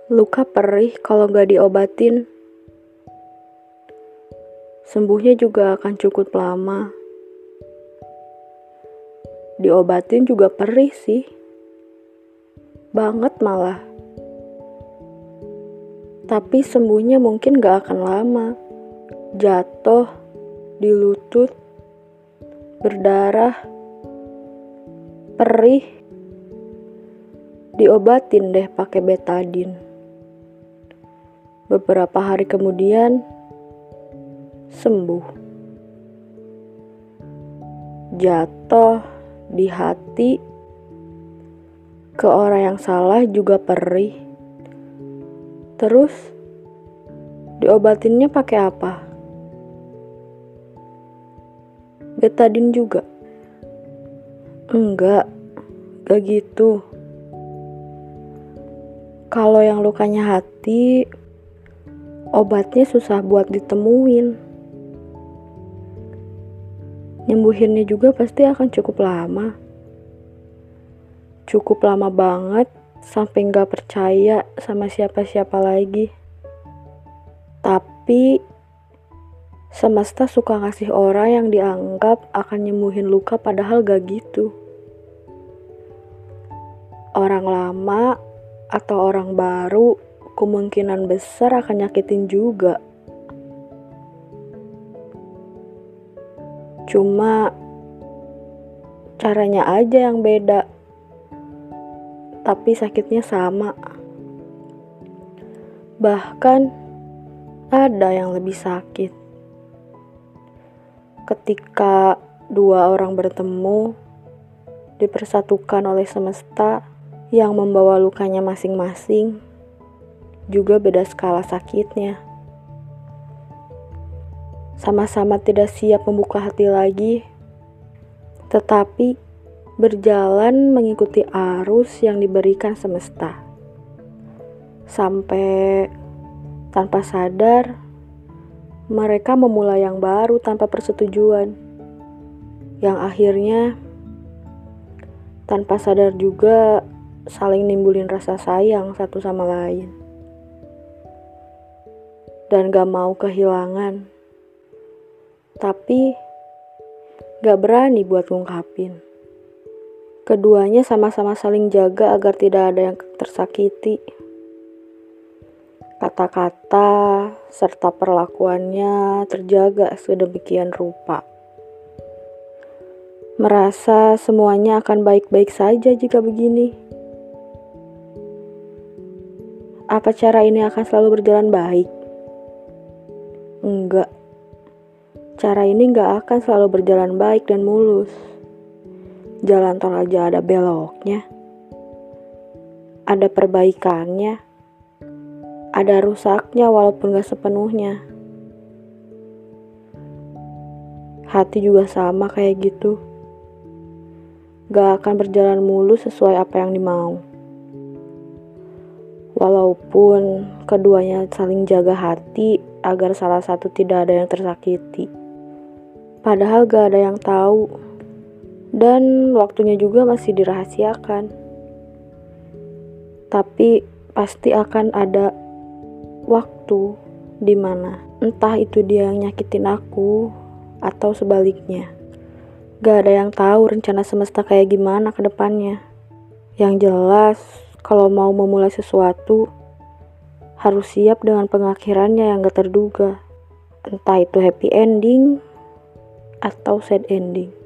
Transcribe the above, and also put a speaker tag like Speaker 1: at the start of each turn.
Speaker 1: Luka perih kalau nggak diobatin. Sembuhnya juga akan cukup lama. Diobatin juga perih sih. Banget malah. Tapi sembuhnya mungkin gak akan lama. Jatuh di lutut, berdarah, perih. Diobatin deh pakai betadine. Beberapa hari kemudian sembuh. Jatuh di hati ke orang yang salah juga perih. Terus diobatinnya pakai apa? Betadine juga? Enggak gitu. Kalau yang lukanya hati, obatnya susah buat ditemuin. Nyembuhinnya juga pasti akan cukup lama. Cukup lama banget sampai gak percaya sama siapa-siapa lagi. Tapi semesta suka ngasih orang yang dianggap akan nyembuhin luka padahal gak gitu. Orang lama atau orang baru kemungkinan besar akan nyakitin juga. Cuma caranya aja yang beda. Tapi sakitnya sama. Bahkan ada yang lebih sakit. Ketika dua orang bertemu, dipersatukan oleh semesta yang membawa lukanya masing-masing, juga beda skala sakitnya. Sama-sama tidak siap membuka hati lagi, tetapi berjalan mengikuti arus yang diberikan semesta. Sampai tanpa sadar, mereka memulai yang baru tanpa persetujuan. Yang akhirnya tanpa sadar juga saling nimbulin rasa sayang satu sama lain. Dan gak mau kehilangan. Tapi gak berani buat ngungkapin. Keduanya sama-sama saling jaga agar tidak ada yang tersakiti. Kata-kata serta perlakuannya terjaga sedemikian rupa. Merasa semuanya akan baik-baik saja jika begini. Apa cara ini akan selalu berjalan baik? Enggak. Cara ini gak akan selalu berjalan baik dan mulus. Jalan tol aja ada beloknya. Ada perbaikannya. Ada rusaknya walaupun gak sepenuhnya. Hati juga sama kayak gitu. Gak akan berjalan mulus sesuai apa yang dimau. Walaupun keduanya saling jaga hati agar salah satu tidak ada yang tersakiti. Padahal gak ada yang tahu. Dan waktunya juga masih dirahasiakan. Tapi pasti akan ada waktu dimana entah itu dia yang nyakitin aku atau sebaliknya. Gak ada yang tahu rencana semesta kayak gimana ke depannya. Yang jelas, kalau mau memulai sesuatu, harus siap dengan pengakhirannya yang gak terduga. Entah itu happy ending atau sad ending.